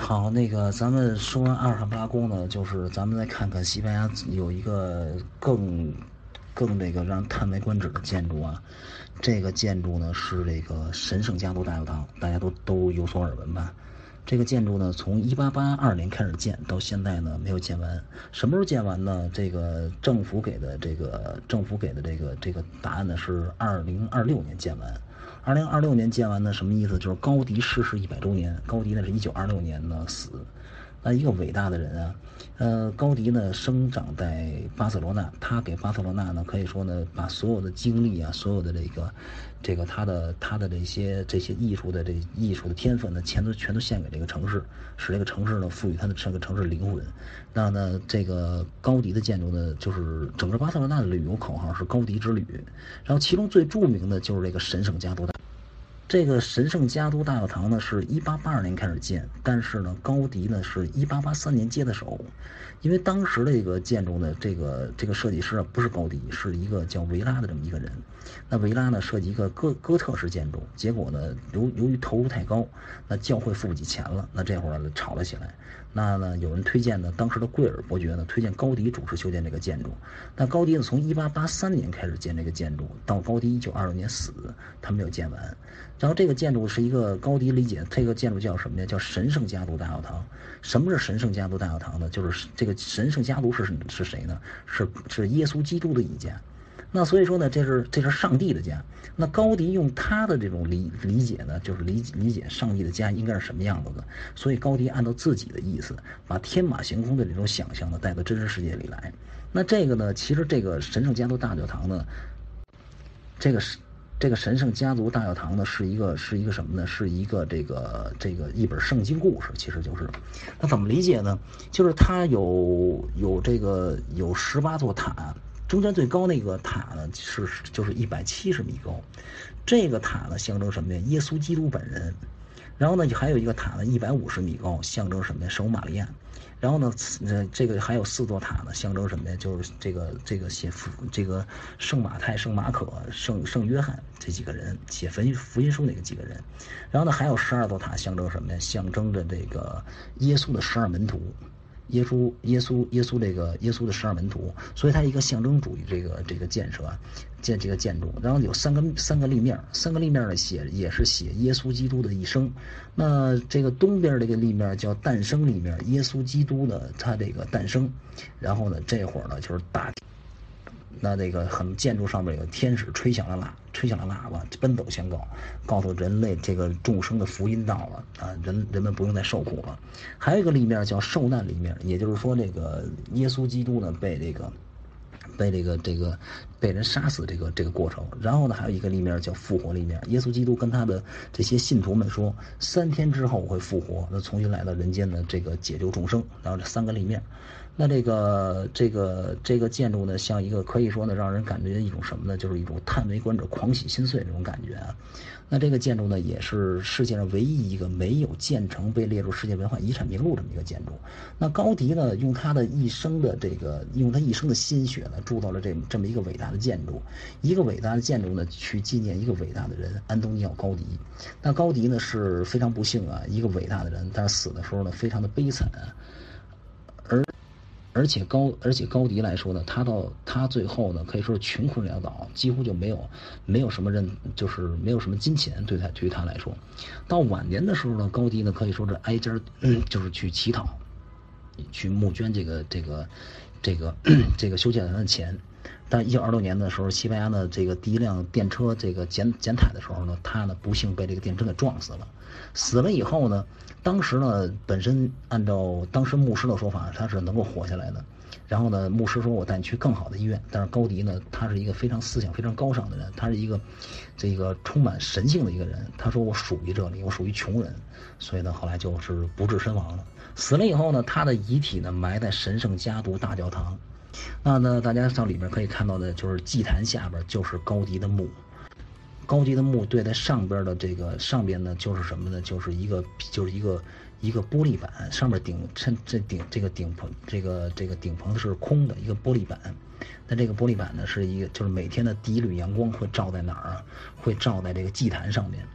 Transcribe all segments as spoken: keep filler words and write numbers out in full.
好，那个咱们说完阿尔罕布拉宫呢，就是咱们再看看西班牙有一个更更这个让人叹为观止的建筑啊。这个建筑呢是这个神圣家族大教堂，大家都都有所耳闻吧？这个建筑呢从一八八二年开始建，到现在呢没有建完。什么时候建完呢？这个政府给的这个政府给的这个这个答案呢是二零二六年建完。二零二六年建完呢，什么意思？就是高迪逝世一百周年。高迪呢是一九二六年呢死，那一个伟大的人啊。呃，高迪呢生长在巴塞罗那，他给巴塞罗那呢可以说呢把所有的精力啊，所有的这个这个他的他的这些这些艺术的这艺术的天分呢，全都全都献给这个城市，使这个城市呢赋予他的这个城市灵魂。那呢，这个高迪的建筑呢，就是整个巴塞罗那的旅游口号是高迪之旅，然后其中最著名的就是这个神圣家族大。这个神圣家族大教堂呢，是一八八二年开始建，但是呢，高迪呢是一八八三年接的手，因为当时的这个建筑呢，这个这个设计师啊不是高迪，是一个叫维拉的这么一个人。那维拉呢设计一个哥哥特式建筑，结果呢由由于投入太高，那教会付不起钱了，那这会儿呢吵了起来。那呢有人推荐呢，当时的贵尔伯爵呢推荐高迪主持修建这个建筑。那高迪呢从一八八三年开始建这个建筑，到高迪一九二六年死，他没有建完。然后这个建筑是一个高迪理解，这个建筑叫什么呀？叫神圣家族大教堂。什么是神圣家族大教堂呢？就是这个神圣家族是是谁呢？是是耶稣基督的一家。那所以说呢，这是这是上帝的家。那高迪用他的这种理理解呢，就是理理解上帝的家应该是什么样子的。所以高迪按照自己的意思，把天马行空的这种想象呢带到真实世界里来。那这个呢，其实这个神圣家族大教堂呢，这个是。这个神圣家族大教堂呢，是一个是一个什么呢？是一个这个这个一本圣经故事，其实就是，那怎么理解呢？就是它有有这个有十八座塔，中间最高那个塔呢是就是一百七十米高，这个塔呢象征什么呀？耶稣基督本人。然后呢，还有一个塔呢一百五十米高，象征什么呀？圣母玛利亚。然后呢，呃，这个还有四座塔呢，象征什么呀？就是这个这个写福这个圣马太、圣马可、圣圣约翰这几个人写福音福音书那个几个人。然后呢，还有十二座塔，象征什么呀？象征着这个耶稣的十二门徒。耶稣，耶稣，耶稣这个耶稣的十二门徒，所以它一个象征主义这个这个建设，建这个建筑，然后有三个三个立面，三个立面呢写也是写耶稣基督的一生。那这个东边这个立面叫诞生立面，耶稣基督呢他这个诞生，然后呢这会儿呢就是大。那这个很建筑上面有天使吹响了喇吹响了喇叭，奔走相告，告诉人类这个众生的福音到了啊，人人们不用再受苦了。还有一个立面叫受难立面，也就是说这个耶稣基督呢被这个被这个这个被人杀死这个这个过程。然后呢还有一个立面叫复活立面，耶稣基督跟他的这些信徒们说，三天之后我会复活，那重新来到人间的这个解救众生。然后这三个立面。那这个这个这个建筑呢，像一个可以说呢，让人感觉一种什么呢？就是一种叹为观止、狂喜心碎这种感觉啊。那这个建筑呢，也是世界上唯一一个没有建成被列入世界文化遗产名录这么一个建筑。那高迪呢，用他的一生的这个，用他一生的心血呢，铸造了这这么一个伟大的建筑，一个伟大的建筑呢，去纪念一个伟大的人安东尼奥·高迪。那高迪呢是非常不幸啊，一个伟大的人，但是死的时候呢，非常的悲惨啊，而。而且高，而且高迪来说呢，他到他最后呢，可以说是穷困潦倒，几乎就没有没有什么人，就是没有什么金钱对他对于他来说。到晚年的时候呢，高迪呢可以说是挨家嗯，就是去乞讨，去募捐这个这个这个这个修建的钱。但一九二六年的时候，西班牙的这个第一辆电车这个检检采的时候呢，他呢不幸被这个电车给撞死了。死了以后呢，当时呢本身按照当时牧师的说法，他是能够活下来的。然后呢，牧师说我带你去更好的医院。但是高迪呢，他是一个非常思想非常高尚的人，他是一个这个充满神性的一个人。他说我属于这里，我属于穷人，所以呢后来就是不治身亡了。死了以后呢，他的遗体呢埋在神圣家族大教堂。那呢，大家到里面可以看到的就是祭坛下边就是高迪的墓。高迪的墓对在上边的这个上边呢，就是什么呢？就是一个就是一个一个玻璃板，上面顶衬这顶这个顶棚这个这个顶棚是空的一个玻璃板。那这个玻璃板呢是一个就是每天的第一缕阳光会照在哪儿啊？会照在这个祭坛上面。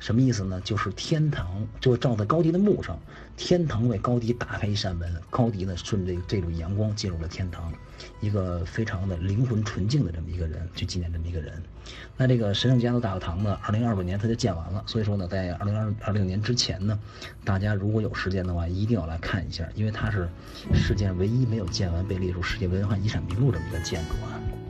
什么意思呢？就是天堂就照在高迪的墓上，天堂为高迪打开一扇门，高迪呢顺着这缕阳光进入了天堂，一个非常的灵魂纯净的这么一个人，去纪念这么一个人。那这个神圣家族大教堂呢，二零二六年它就建完了，所以说呢，在二零二二六年之前呢，大家如果有时间的话，一定要来看一下，因为它是世界上唯一没有建完被列入世界文化遗产名录这么一个建筑啊。